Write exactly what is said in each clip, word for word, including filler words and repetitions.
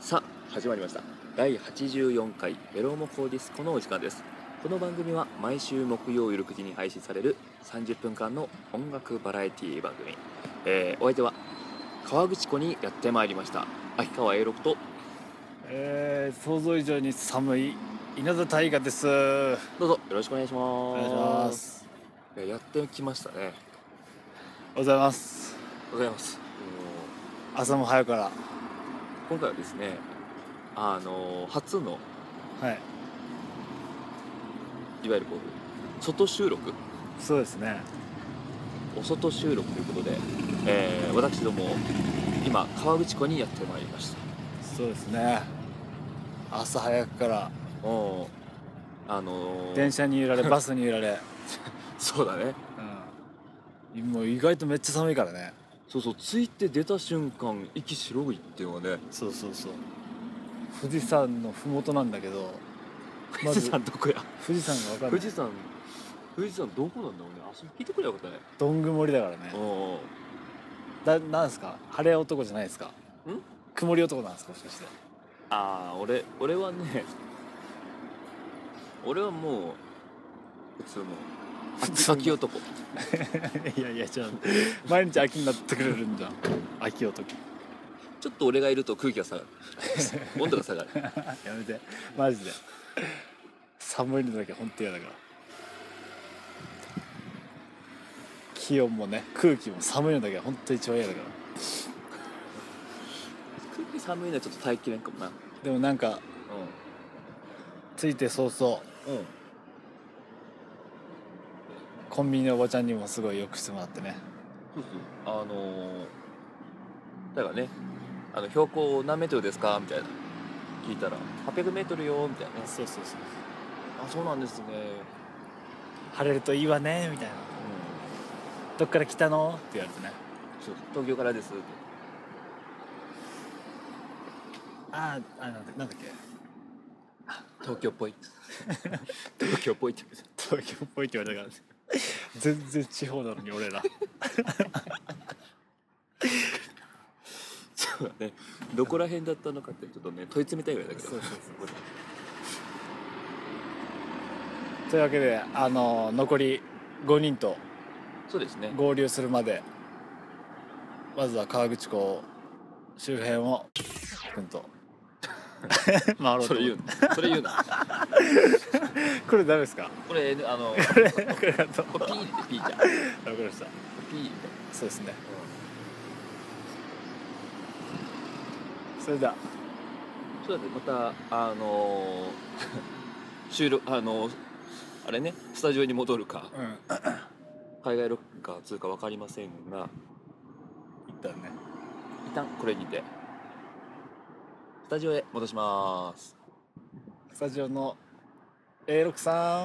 さあ始まりました。だいはちじゅうよんかいベロモコディスコのお時間です。この番組は毎週木曜夜くじに配信されるさんじゅっぷんかんの音楽バラエティ番組、えー、お相手は川口湖にやってまいりました秋川 エーろく と、 えー、想像以上に寒い稲田大我です。 どうぞよろしくお願いします。お願いします。 やってきましたね。 おはようございます。 おはようございます。 朝も早から。 今回はですね、あの初のはいいわゆるこう外収録、 そうですね、 お外収録ということで、えー、私ども今川口湖にやってまいりました。 そうですね、朝早くからおあのー、 電車に揺られバスに揺られそうだね、 うん、もう意外とめっちゃ寒いからね。 そうそう、着いて出た瞬間息白いっていうのがね。 そうそうそう、富士山のふもとなんだけど、 富士山どこや。 富士山が分かんない。 富士山富士山どこなんだろうね。あそこ聞いてくればよかったね。 どん曇りだからね。 おだなんですか、晴れ男じゃないですか。ん曇り男なんですか、もしかして。 ああ、俺俺はね俺はもう普通の秋秋男いやいや、じゃあ毎日秋になってくれるんじゃん。秋男。 ちょっと俺がいると空気が下がる温度が下がるやめてマジで。寒いのだけ本当嫌だから。気温もね、空気も寒いのだけ本当一番嫌だから。 空気寒いのはちょっと耐えきれんかもな。 でもなんか、うん、着いて早々、 うん、 コンビニのおばちゃんにもすごいよくしてもらってね。 そうそう、あのー、だからね、あの標高何メートルですかみたいな聞いたらはっぴゃくメートルよみたいなね。 そうそうそう、 あ、そうなんですね、 晴れるといいわねみたいな、うん、どっから来たのって言われてね。 そうそう、東京からですって。 ああ、なんだなんだっけ、 東京っぽい東京っぽいって東京っぽいって言われたから全然地方なのに俺らそうだね、どこら辺だったのかってちょっとね問い詰めたいぐらいだけど。 そうそうそうというわけで、あの残りごにんとそうですね、 合流するまでまずは河口湖周辺をくんと回ろうと。 それ言うなそれ言うなこれダメですか。 これあのこれこれだとこれピー入れてピーちゃん。 わかりました。 ピー入れて。 そうですね、うん、それではそうだね、またあのー、収録あのー、あれね、スタジオに戻るか、うん、海外ロッカー通か分かりませんが、 一旦ね一旦これにてスタジオへ戻します。 スタジオの エーろく さん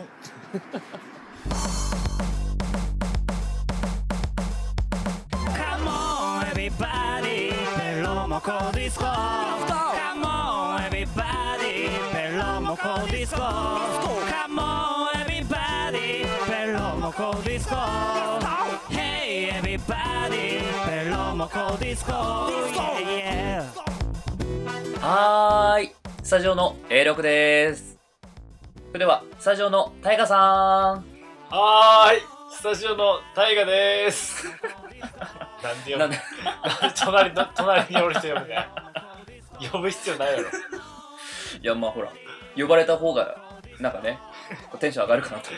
Come on everybody ベロモコディスコ Come on everybody ベロモコディスコ Come on everybody ベロモコディスコ Hey everybody ベロモコディスコ Yeah yeah。 はーい、スタジオの エーろく です。それではスタジオのタイガさん。 はーい、スタジオのタイガですなんで呼ぶ隣の隣におる人呼ぶね呼ぶ必要ないやろ。いや、まあほら、呼ばれた方がなんかねテンション上がるかなとい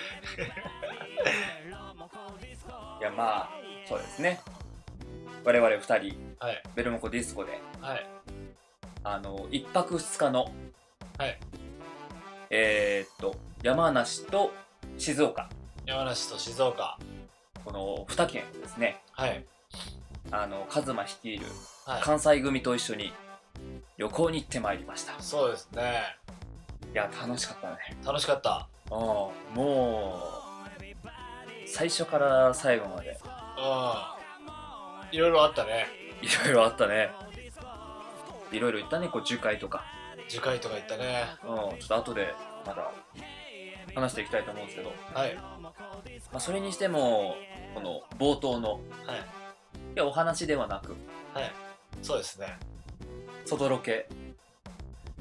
や、まあそうですね、我々ふたり、はい、ベルモコディスコで、はい、あのいっぱくふつかの、はい、えー、っと山梨と静岡、 山梨と静岡、 このにけんですね、はい、あのカズマ率いる関西組と一緒に旅行に行ってまいりました。 そうですね。 いや、楽しかったね。 楽しかった。 うん、もう最初から最後まで、 うん、いろいろあったね。 いろいろあったね。いろいろ行ったね、こう樹海とか樹海とか行ったね。 うん、ちょっと後でまた話していきたいと思うんですけど、はい、まあ、それにしてもこの冒頭の、はい、いやお話ではなく、 はい、そうですね、 外ロケ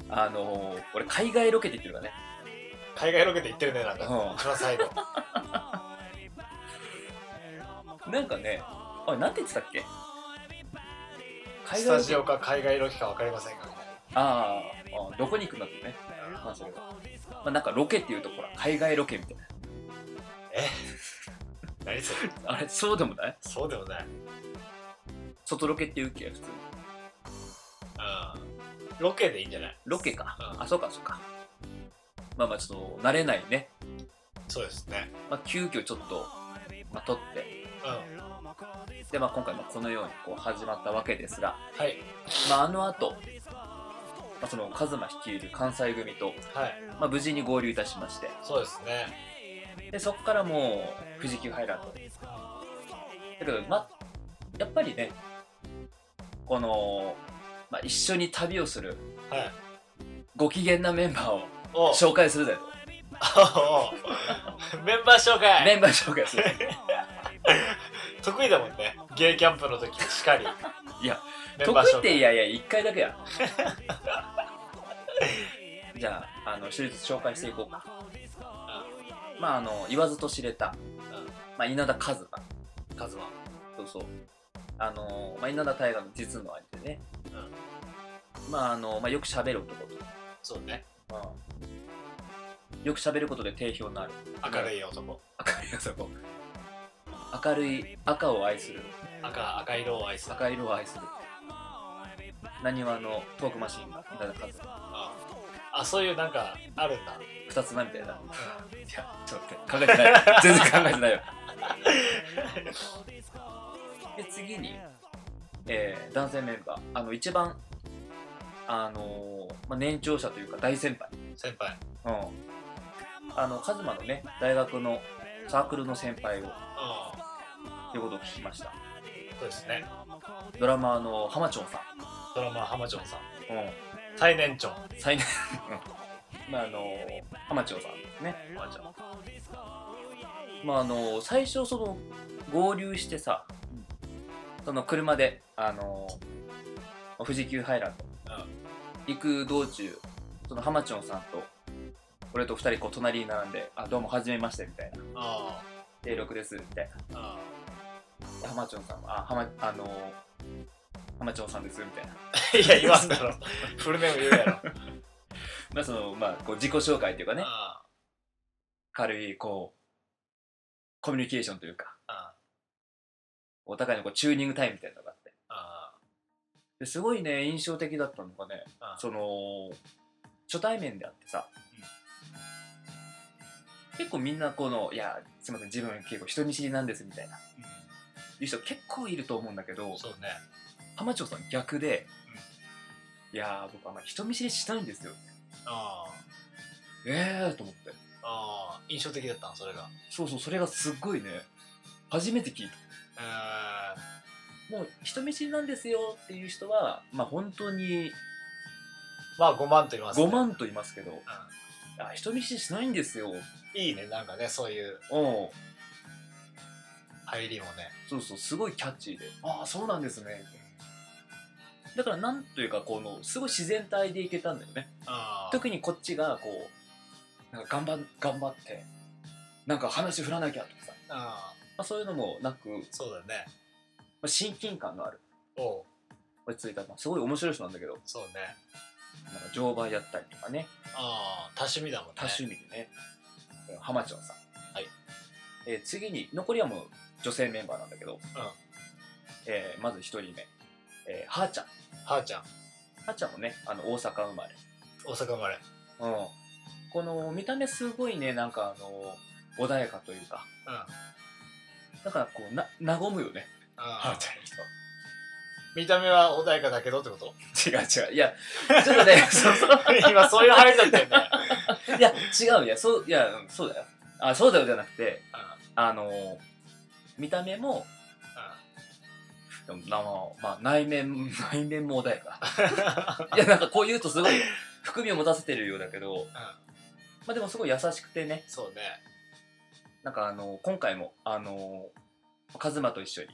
あのー、俺海外ロケって言ってるからね。 海外ロケで行ってるね、なんか、 うん一番最後。 なんかね、あれなんて言ってたっけ？海ス外ロケ。 タジオか海外ロケか分かりませんがみたいあーあ、どこに行くんだってね。まあそれは。まあなんかロケっていうとほら海外ロケみたいな。 な。え何それ。 あれそうでもない？ そうでもない。 外ロケって言うっけ普通に。 うん。ロケでいいんじゃない？ ロケか。 うんあ、そうかそうか。まあまあちょっと慣れないね。 そうですね。 まあ急遽ちょっと、まあ、撮って。 うん。 でまあ今回もこのようにこう始まったわけですが、 はい。 まああの後、まあ、そのカズマ率いる関西組と、 はい。 まあ、無事に合流いたしまして、 そうですね。 でそこからもう富士急ハイランド。だけどまあやっぱりね、この、まあ、一緒に旅をするはい。 ご機嫌なメンバーをお紹介するぜと。 おメンバー紹介。 メンバー紹介する。 得意だもんね。ゲイキャンプの時にしかり。 いやメンバー紹介。 得意っていやいやいっかいだけや。じゃあ、あの一人ずつ紹介していこうか。まああの言わずと知れた、まあ、稲田和馬。 カズマ。 そうそう。あのまあ、稲田大我の実の兄でね。まああのまあよく喋る男と。 そうね。 うん、よく喋ることで定評のある明るい男。 明るい男。明るい赤を愛する。 赤、赤色を愛する。 赤色を愛する。なにわのトークマシンが稲田和馬。 ああ、そういうなんかあるんだ。 二つなみたいな。いや、ちょっと待って、考えてない。全然考えてないよ。で、次に、えー、男性メンバー。あの、一番、あのーまあ、年長者というか大先輩。 先輩。 うん。あの、カズマのね、大学のサークルの先輩を、 うん。 ということを聞きました。 そうですね。 ドラマーの浜町さドラマー浜町さん。 ん。うん。 最年長。 最年、まあ、あのー浜町さんですね。浜町。まあ、あのー最初、その、合流してさ、その車で、あのー富士急ハイランド、行く道中、その浜町さんと俺と二人こう隣に並んで、あ、どうもはじめましてみたいな、 あ定六ですみたいな。 あ。 で浜町さんは、あ、浜、あのー、浜町さんですみたいな。 いや、言わんだろ。フルネーム言うやろ。 まあその、まあこう自己紹介というかね、 あ軽いこうコミュニケーションというか、 あ。 お互いのこうチューニングタイムみたいなのがあって、 あですごいね印象的だったのがね、 あ。 その初対面であってさ、結構みんなこの、いやすいません自分結構人見知りなんですみたいな、いう人結構いると思うんだけど、 そうね。 浜町さん逆で、いやー僕あんまり人見知りしないんですよ。 ああ。 えーと思って、 ああ。印象的だったの、それが。 そうそう、それがすっごいね、初めて聞いた。 えもう人見知りなんですよっていう人はまあ本当にー、まあごまんと言いますね。 ごまんと言いますけど、 うあ、人見知りしないんですよ。 ん。いいね、なんかね、そういううん入りもね。 そうそう、すごいキャッチーで、ああそうなんですね。だからなんというかこのすごい自然体でいけたんだよね。 ああ。 特にこっちがこうなんか頑張頑張ってなんか話振らなきゃとかさ、 ああ。 まあ、そういうのもなく、まそうだね。 あ、親近感のあるおう。 落ち着いた、まあ、すごい面白い人なんだけど、 そうね。 なんか乗馬やったりとかね、 ああ。多趣味だもんね。 多趣味でね、浜町さん、 はい。 えー次に残りはもう女性メンバーなんだけど、えーまずひとりめ、えー、はーちゃん。 はーちゃん。 はーちゃんもね、あの大阪生まれ。 大阪生まれ。 うん。この見た目すごいね、なんかあの穏やかというか、 うん。あだからこうな和むよね、はーあ。 ちゃんの人。 見た目は穏やかだけどってこと違う違う、いやちょっとねそうそう今そういう入りだったよね。 いや違う、いやそう、いやうんそうだよ、あそうだよじゃなくて、あの見た目もでもな、まあ、内面内面も穏やかいやなんかこう言うとすごい含みを持たせてるようだけど、まあでもすごい優しくてね、 そうね。 なんかあの今回もあのカズマと一緒に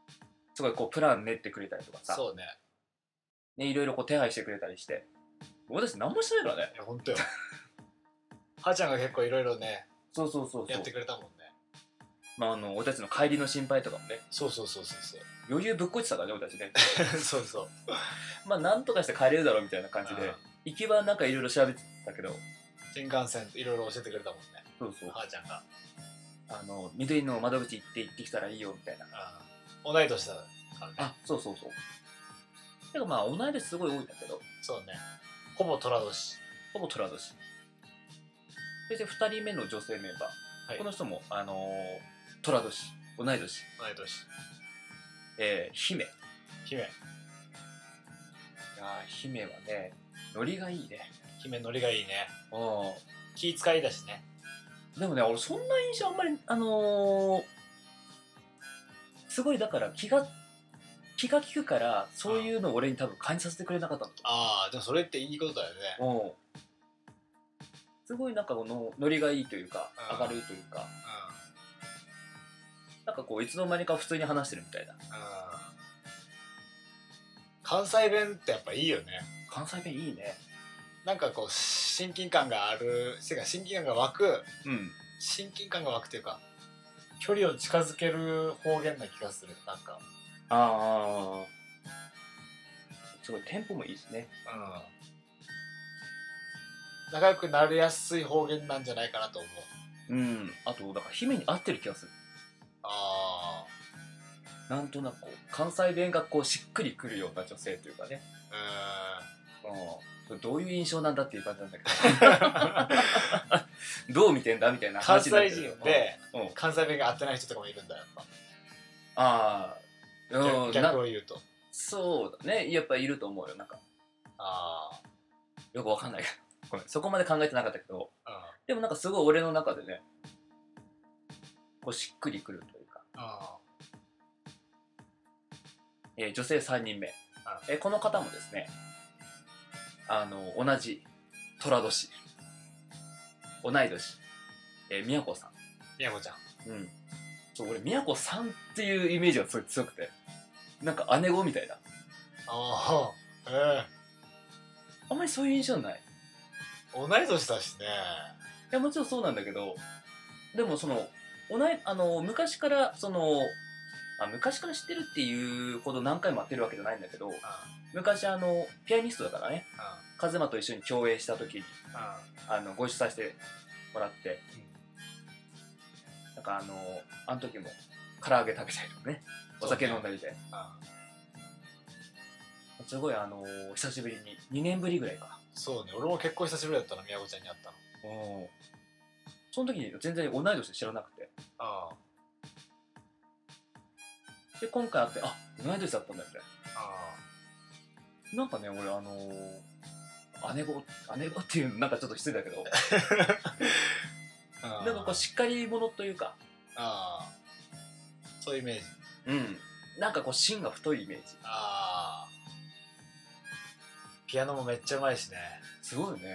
すごいこうプラン練ってくれたりとかさ、 そうね。 ね、いろいろこう手配してくれたりして、 俺たち何もしてないからね。 いやほんとよはーちゃんが結構いろいろねそうそうそうそう。 やってくれたもんね。 まああの俺たちの帰りの心配とかもね、 そうそうそうそうそう余裕ぶっこいてたからね俺たちね。 そうそうまあなんとかして帰れるだろうみたいな感じで、 うん行きはなんかいろいろ調べてたけど、 新幹線いろいろ教えてくれたもんね、 そうそう、 はーちゃんが。 あの緑の窓口行って行ってきたらいいよみたいな。 うん、同い年だからね。 あ、そうそうそう。てかまあ同い年すごい多いんだけど、 そうね、ほぼ寅年。 ほぼ寅年。そしてふたりめの女性メンバー、 はい、 この人もあのー、寅年、同い年、 同い年。 えー、姫。 姫。 いやー姫はね、ノリがいいね。 姫ノリがいいね。 うん。 気遣いだしね。 でもね、俺そんな印象あんまり、あのー、すごいだから気が気が利くから、そういうのを俺に多分感じさせてくれなかったの。 ああ、でもそれっていいことだよね。 うん。すごいなんかこのノリがいいというか、 うん明るいというか、 うなんかこういつの間にか普通に話してるみたいな。 ん、うん、関西弁ってやっぱいいよね。 関西弁いいね。 なんかこう親近感がある、てか親近感が湧く、 うん。 親近感が湧くというか距離を近づける方言な気がする。なんか、 ああ。すごいテンポもいいしね。 うん、仲良くなりやすい方言なんじゃないかなと思う。 うん。あとだから姫に合ってる気がする。 あなんとなくこう関西弁がこうしっくりくるような女性というかね。 あ、 うん。どういう印象なんだっていう感じなんだけど。どう見てんだみたいな関話になってる。 西人でうん。うん、 関西弁が合ってない人とかもいるんだやっぱ。 ああ。うん。 逆なを言うと。 そうだね。やっぱいると思うよ。なんかあよくわかんないけど。ごめん。そこまで考えてなかったけど。 あ、 でもなんかすごい俺の中でね、こうしっくりくるというか。 うん、あえー女性さんにんめ、えーこの方もですね、あの同じ寅年、同い年、えー、宮子さみやこちゃん。 ん。うん。そう、俺宮子さんっていうイメージがすごい強くて、なんか姉子みたいな。 ああ、えあんまりそういう印象ない。 え同い年だしね。 いやもちろんそうなんだけど、でもその同いあの昔からそのあ昔から知ってるっていうほど何回も会ってるわけじゃないんだけど、 うん、うん、 昔あのピアニストだからね、 うカズマと一緒に共演した時にん、 あのご一緒させてもらって、なんかあのあの時も唐揚げ食べたりとかね、お酒飲んだりで、 うん、 すごいあの久しぶりににねんぶりぐらいか。 そうね、俺も結構久しぶりだったの、みやこちゃんに会ったの。 うん。その時に全然同い年で知らなくて、 あで今回会って、あ、同い年だったんだみたいあ、 な。なんかね、俺あの姉子姉子っていうのなんかちょっと失礼だけど、 ああ、 なんかこうしっかり者というか、 ああ、そういうイメージ。 うん、なんかこう芯が太いイメージ。 ああ、ピアノもめっちゃうまいしね。 すごいよね。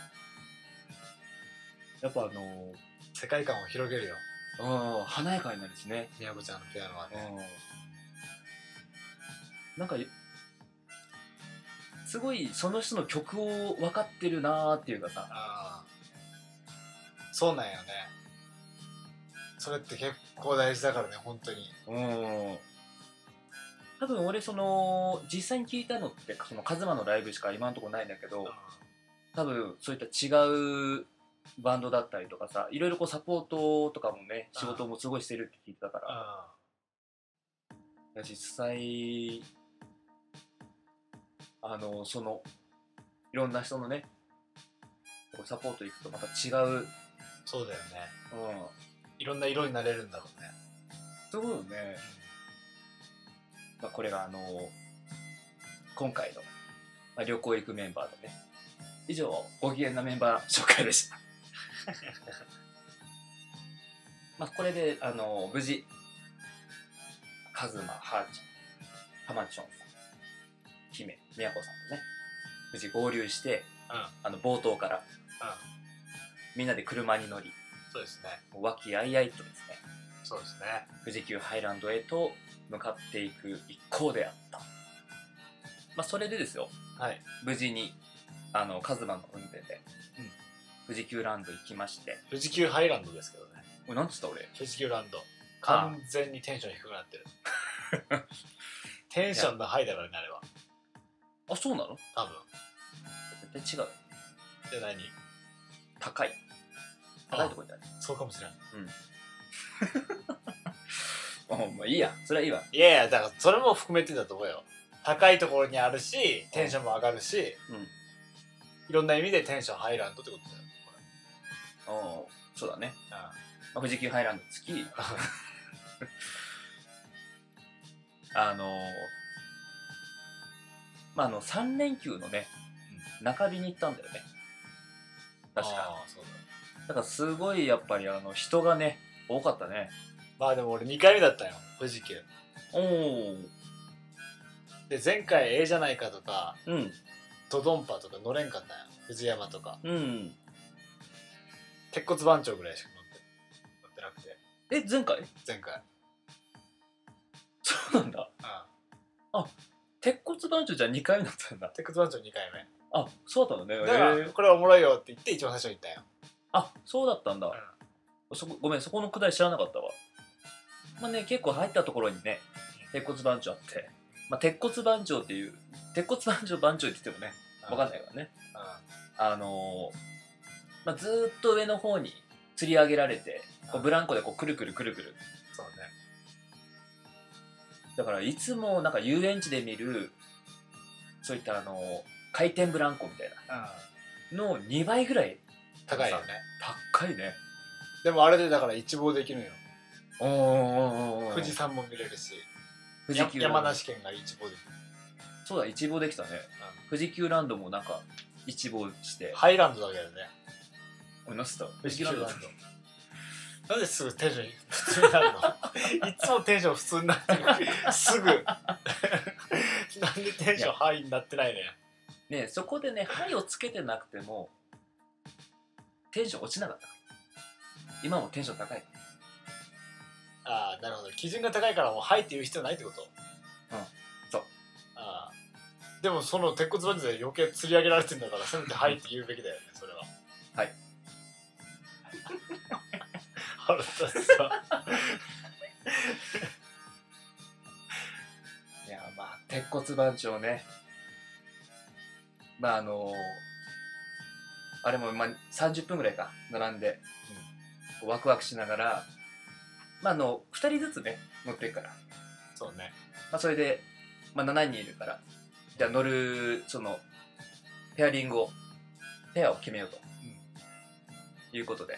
うん、 やっぱあの世界観を広げるよ、 うん、華やかになるしね。 みやこちゃんのピアノはね。 うん、なんかすごいその人の曲を分かってるなーっていうかさ。 ああ、そうなんよね。それって結構大事だからね、本当に。 うん。多分俺その実際に聞いたのってそのカズマのライブしか今のところないんだけど、多分そういった違うバンドだったりとかさ、いろいろこうサポートとかもね、仕事もすごいしてるって聞いてたから、 あいや実際あのそのいろんな人のねサポート行くとまた違う、 そうだよね。 うん、 いろんな色になれるんだろうね。 すごいよね。まあ、これがあの今回の、まあ、旅行行くメンバーでね。以上ご機嫌なメンバー紹介でした。まあこれであの無事カズマ、ハーちゃん、ハマチョンさん、姫、みやこさんとね無事合流して、 うん、うん、 あの冒頭からみんなで車に乗り、 そうですね。 もう和気あいあいとですねそうですね。 富士急ハイランドへと向かっていく一行であった。まあそれでですよ、 はい。 無事にあのカズマの運転で、 うん、 富士急ランド行きまして。 富士急ハイランドですけどね。 おい、なんつった俺。 富士急ランド完全にテンション低くなってる。テンションのハイだからねあれは。 あ、そうなの？ 多分絶対違う。 で何？ 高い高いところにある。 そうかもしれない。 うん。まあいいや、それはいいわ。 いやいや、だからそれも含めてだと思うよ。高いところにあるしテンションも上がるし、うん、いろんな意味でテンションハイランドってことだよこれ。 おお、そうだね。 ああ、 まあ、富士急ハイランド付きあのー、まああのさん連休のね、うん、中日に行ったんだよね。確か。あ、そうだ。だからすごいやっぱりあの人がね多かったね。 まあでも俺にかいめだったよ富士急。 おお。 で前回ええじゃないかとか、 うん、 ドドンパとか乗れんかったよ。藤山とか。 うん。 鉄骨番長ぐらいしか乗って乗ってなくて。 え、前回？ 前回。 そうなんだ。ああ。あ、鉄骨番長じゃにかいめだったんだ。 鉄骨番長にかいめ。 あ、そうだったんだね。 だから、えー、これはおもろいよって言って一番最初に言ったよ。 あ、そうだったんだ。うん、そこごめん、そこのくだり知らなかったわ。まあね、結構入ったところにね、鉄骨番長あって、まあ、鉄骨番長っていう、鉄骨番長番長って言ってもね、わかんないからね。うん、あのー、まあ、ずーっと上の方に吊り上げられて、こうブランコでこうくるくるくるくる。 そうね。 だからいつもなんか遊園地で見る、そういったあのー、回転ブランコみたいなのにばいぐらい高いよね。 高いね。 でもあれでだから一望できるのよ。 おーおーおーおー、 富士山も見れるし、 富士急山梨県が一望できる。 そうだ、一望できたね。うん、富士急ランドもなんか一望して。 ハイランドだけどね。 おい、なすった富士急ランド。なんですぐテンション普通になるの？いつもテンション普通になってる。すぐ。なんでテンションハイになってないね。 ね、そこでね、ハイをつけてなくてもテンション落ちなかった。今もテンション高い。 ああ、なるほど。基準が高いからもうハイって言う必要ないってこと？うん、 そう。 ああ、でもその鉄骨バンジーで余計吊り上げられてるんだからせめてハイって言うべきだよね、それは。 はい。 腹立つさ。 いや、まあ鉄骨番長ね、まああのー、あれもまあさんじゅっぷんぐらいか並んで、うん、ワクワクしながら、まああのふたりずつね乗ってるから。 そうね。 まあそれで、まあ、しちにんいるから、じゃあ乗るそのペアリングをペアを決めようと、うん、いうことで、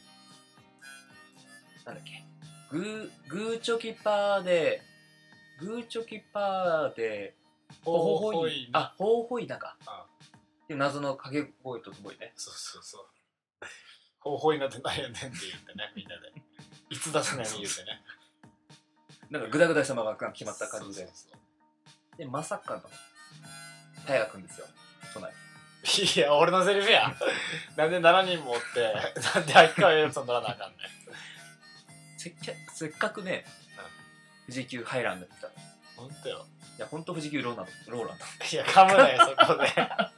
うん、なんだっけ、グーグーチョキパーでグーチョキパーでほほほい、あ、ほほほいなんか、ああっていう謎の掛け声とともにね。 そうそうそう。ほほいなってなんやねんって言ってね、みんなで。いつ出すねん言うてね。 なんかグダグダしたまま決まった感じで。そうそうそう。で、まさかの大河君ですよ、隣。 いや、俺のセリフや。なんでしちにんもおって、なんで秋川エルソン乗らなあかんねん。 せっせっかくね、富士急ハイランドに来た。 ほんとよ。 いや、ほんと富士急ローランド。ローランド。 いや、噛むなよ、そこで。や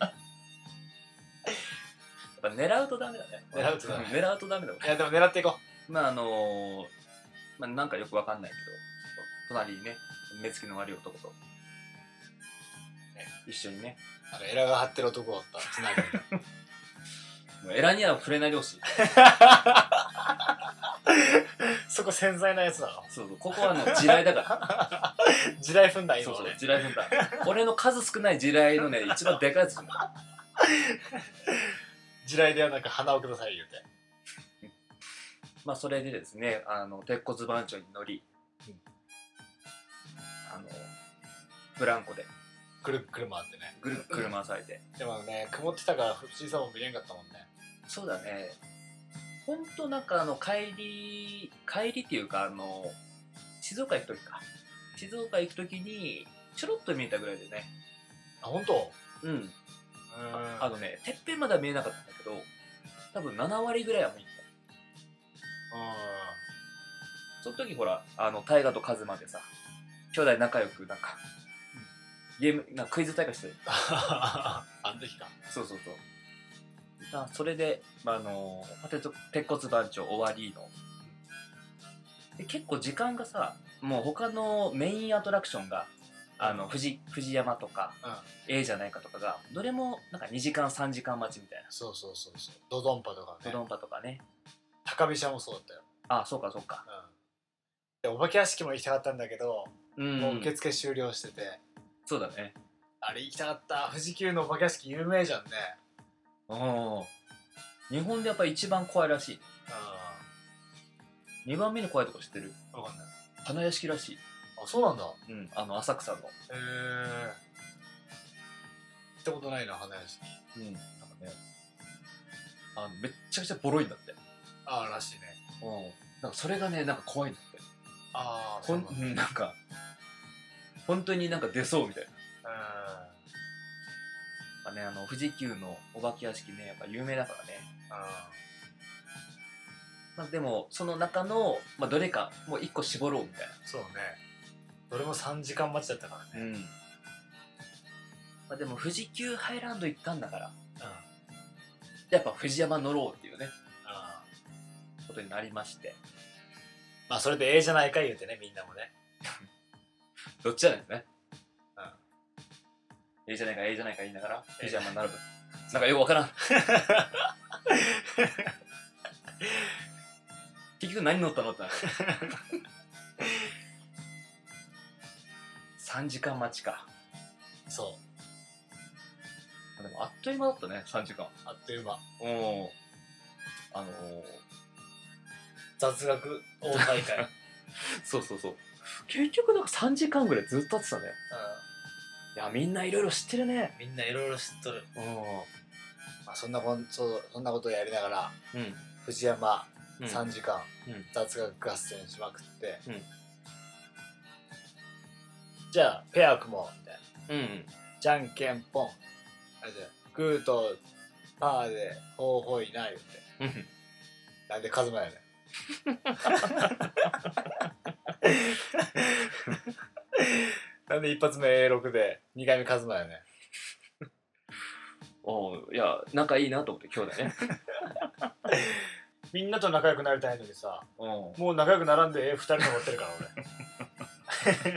っぱ狙うとダメだね。 狙うとダメ。 狙うとダメだもん。 いや、でも狙っていこう。まあ、あのー、まあ、なんかよくわかんないけど、隣にね、目つきの悪い男と、ね、一緒にね。 なんかエラが張ってる男おった、つなぎに。 もうエラには触れないでほしい。 そこ繊細なやつだろ。 そうそう、ここはあの地雷だから。 地雷踏んだ今俺。そうそう、地雷踏んだ。俺の数少ない地雷のね、一番でかいやつ。 地雷ではなんか花をください言うて。 まあそれでですね、あの鉄骨番長に乗り、うん、あのブランコでぐるっくる回ってね。 ぐるっくる回されて。 でもね、曇ってたから富士山も見れんかったもんね。 そうだね。ほんとなんかあの帰り帰りっていうか、あの静岡行く時か静岡行く時にちょろっと見えたぐらいでね。 あ、本当？ うん。あ, あのね、てっぺんまでは見えなかったんだけど、多分ななわりぐらいは見えた。あ、その時ほら、あの大河とカズマでさ、兄弟仲良くなんか、うん、ゲームなんかクイズ大会してる。 あん時か。 そうそうそうあそれで、まあ、あの鉄鉄骨番長終わりので結構時間がさもう他のメインアトラクションがあの富士富士山とか、 うん、 A じゃないかとかがどれもなんかにじかんさんじかん待ちみたいなそうそうそうそうドドンパとかねドドンパとかね高飛車もそうだったよ、 あそうかそうかうん、でお化け屋敷も行きたかったんだけど、 うんもう受付終了しててそうだねあれ行きたかった富士急のお化け屋敷有名じゃんねうん日本でやっぱり一番怖いらしいにばんめに怖いとこ知ってるうん分かんない花屋敷らしいあそうなんだうんあの浅草のへえ行ったことないな花屋敷うんなんかねあのめっちゃくちゃボロいんだってああらしいねうんなんかそれがねなんか怖いんだってああほんうんなんか本当になんか出そうみたいなあね、あの富士急のお化け屋敷ねやっぱ有名だからねまあでもその中の、まあ、どれかもう一個絞ろうみたいなそうねどれもさんじかん待ちだったからねうんまあでも富士急ハイランド行ったんだからうんやっぱ富士山乗ろうっていうねあことになりましてまあそれでええじゃないか言うてねみんなもねどっちじゃないですねうんええじゃないかええじゃないか言いながら富士山になる分なんかよくわからん結局何乗ったのってなるさんじかん待ちかそうでもあっという間だったねさんじかんあっという間おおあのー、 雑学大大会そうそうそう結局なんかさんじかんぐらいずっと立ってたねいやみんないろいろ知ってるねみんないろいろ知っとる、 うまあ、そんなこんそうそんなことをやりながらんうん富士山うんさんじかん、 うん雑学合戦しまくって、 うんじゃあペア組もうみたいなうんじゃんけんぽんあれでグーとパーでほうほいな言ってうんなんでカズマやねんなんで一発目 エーろく でにかいめカズマやねんおういや仲いいなと思って兄弟ねみんなと仲良くなりたいのにさうんもう仲良くならんでええふたり残ってるから俺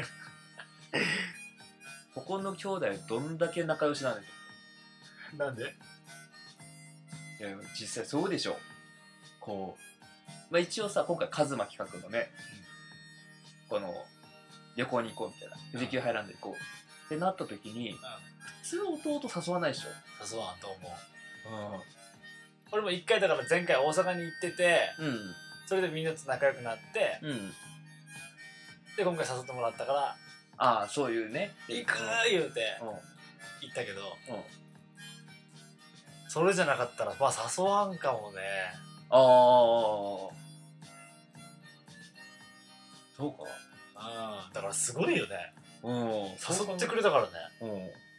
ここの兄弟どんだけ仲良しなんでしょなんでいや実際そうでしょこう、まあ、一応さ今回カズマ企画のね、うん、この旅行に行こうみたいな富士急ハイランド行こうってなった時に、うん、普通弟誘わないでしょ誘わんと思う、 うん、 俺も一回だから前回大阪に行ってて、 うんそれでみんなと仲良くなって、 うん、 で今回誘ってもらったからああそういうね行くー言うてうん行ったけど、 うん、 それじゃなかったらまあ誘わんかもねああそうかうんだからすごいよねうん誘ってくれたからねうん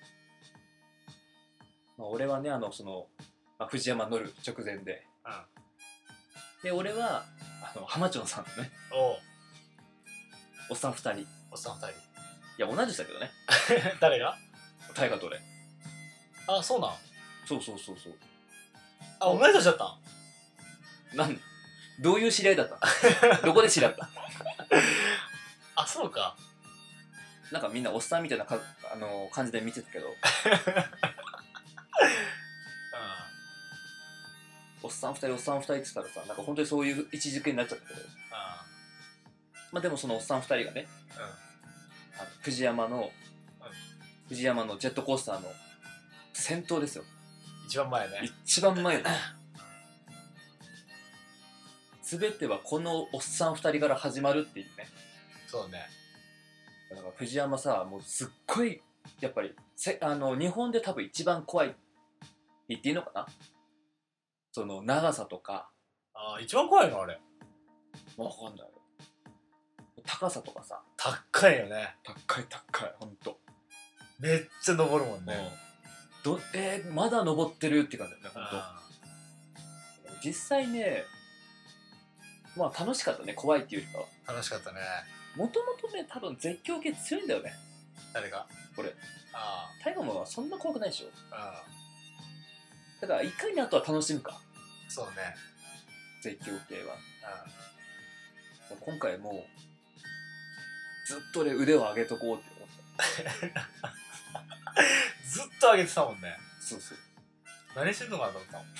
まあ俺はねあのその、まあ、富士山乗る直前で、 うん、 で俺はあの浜町さんのねおうおっさんふたりいおっさんふたりや同じだけどね誰が大河と俺あそうなんそうそうそうそうあ同い年だったんなんどういう知り合いだったどこで知り合ったあそうかなんかみんなおっさんみたいなかあの感じで見てたけどおっさんふたりおっさんふたりって言ったらさなんか本当にそういう位置づけになっちゃったけどまあでもそのおっさんふたりがね、うん、あの富士山の、うん、富士山のジェットコースターの先頭ですよ一番前ね一番前で全てはこのおっさんふたりから始まるっていうねそうねだから富士山さもうすっごいやっぱりせあの日本で多分一番怖いって言っていいのかなその長さとかあ一番怖いのあれわかんない高さとかさ高いよね高い高いほんとめっちゃ登るもんね、 うん、どえー、まだ登ってるって感じだよねほんと実際ねまあ楽しかったね怖いっていうよりかは楽しかったねもともとね多分絶叫系強いんだよね誰がこれあタイガーもそんな怖くないでしょあだからいかにあとは楽しむか、 そうね。 絶叫系は。 う今回もうずっと俺腕を上げとこうって思った。 ん。ずっと上げてたもんね。 そうそう。 何してんのかなと思ったもん。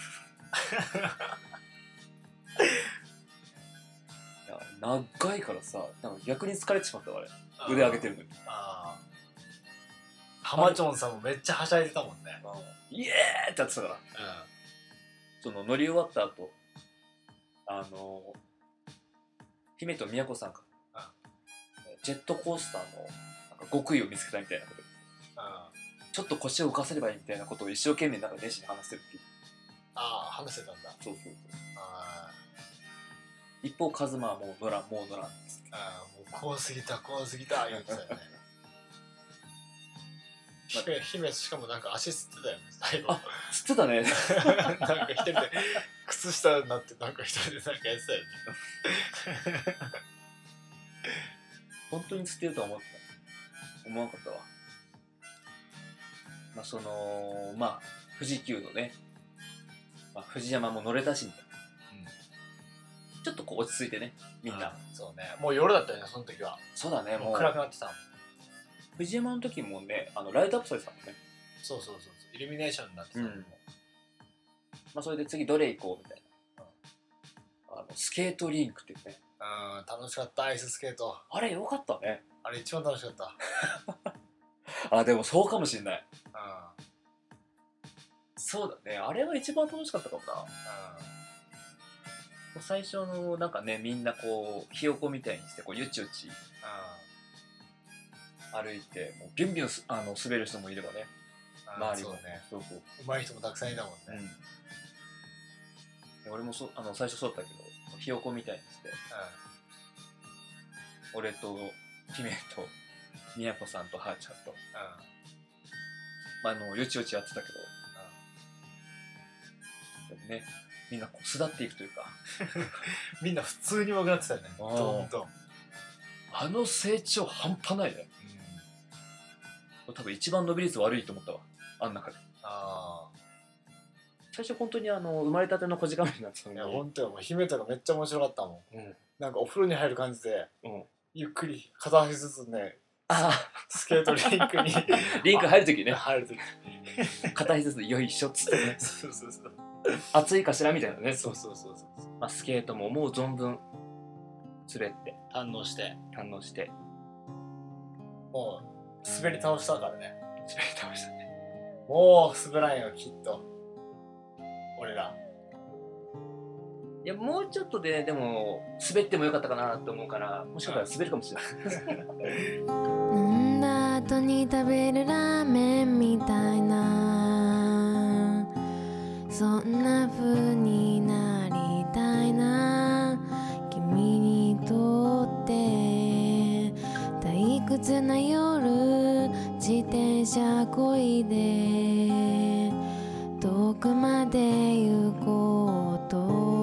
いや長いからさ、なんか逆に疲れてしまったわあれ。腕上げてるのに。 ああ。ハマチョンさんもめっちゃはしゃいでたもんね。 イエーってやってたから。 うその乗り終わった後、あの姫と宮子さんが、ジェットコースターのなんか極意を見つけたみたいなこと、 ん。うん。 ちょっと腰を浮かせればいいみたいなことを一生懸命なんか熱心に話してるっていう。 ああ、話してたんだ。 そうそうそう。 あ一方カズマはもう乗らんもう乗らんっつって。 あ、もう怖すぎた怖すぎた言ってたよね。姫、姫しかもなんか足つってたよね最後。 あ知ってたね。 なんか一人で靴下になってなんか一人でなんかやってたよね。 本当に釣ってるとは思ってた思わなかったわ。まあそのまあ富士急のね、まあ、富士山も乗れたしみたいな、うん、ちょっとこう落ち着いてねみんな、 うん、そうね、もう夜だったよねその時は。 そうだね、もうもう暗くなってたもん。 富士山の時もね、あのライトアップされてたもんね。 そうそうそうそう、イルミネーションになってたもん、うん、 まあそれで次どれ行こうみたいな、うん、あのスケートリンクってね、 うん、楽しかった。アイススケートあれよかったね。 あれ一番楽しかった。 あ、でもそうかもしんない。 うん、 そうだね、あれは一番楽しかったかもな。うん、最初のなんかね、みんなこうひよこみたいにしてこうゆちゆち歩いて、もうビュンビュンあの滑る人もいればね、周りも。そうね、そうそう、 上手い人もたくさんいたもんね。 うん、俺もそあの最初そうだったけど、ひよこみたいにして、うん、俺と姫と宮子さんとはーちゃんと、うん、まあ、あのよちよちやってたけど、うん、でもね、みんなこう巣立っていくというかみんな普通に上手くなってたよね。どんどんあの成長半端ないね。うん、多分一番伸び率悪いと思ったわ、あん中で。あ、最初本当にあの生まれたての小鹿になってたのに。いや本当よ、もう姫とかめっちゃ面白かったもん。うん、なんかお風呂に入る感じで、うん、ゆっくり片足ずつね、あスケートリンクにリンク入るときね、 入るとき片足ずつよいしょっつってね。 そうそうそう、 暑いかしらみたいなね。 そうそうそうそう、 まあ、スケートももう存分滑って堪能して堪能してもう滑り倒したからね。 滑り倒したね。 もう滑らんよきっと俺ら。 いや、もうちょっとででも滑ってもよかったかなと思うから、もしかしたら滑るかもしれない飲んだ後に食べるラーメンみたいな、そんな風になりたいな。君にとって退屈な夜、自転車こいで遠くまで行こうと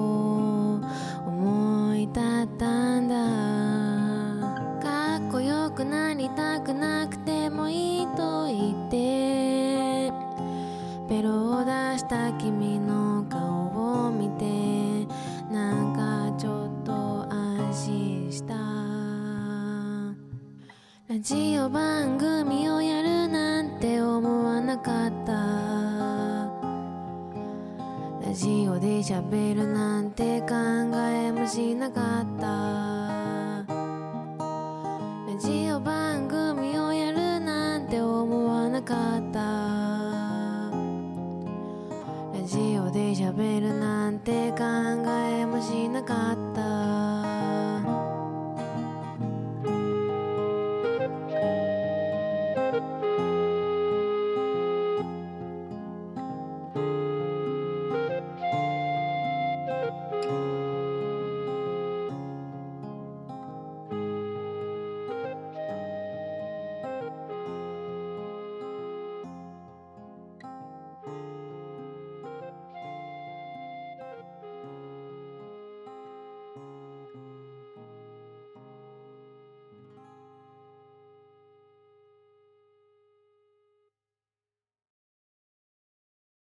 思い立ったんだ。かっこよくなりたくなくてもいいと言ってベロを出した君の顔を見て、なんかちょっと安心した。ラジオ番組をやるなんて思わなかった。ラジオで喋るなんて考えもしなかった。ラジオ番組をやるなんて思わなかった。ラジオで喋るなんて考えもしなかった。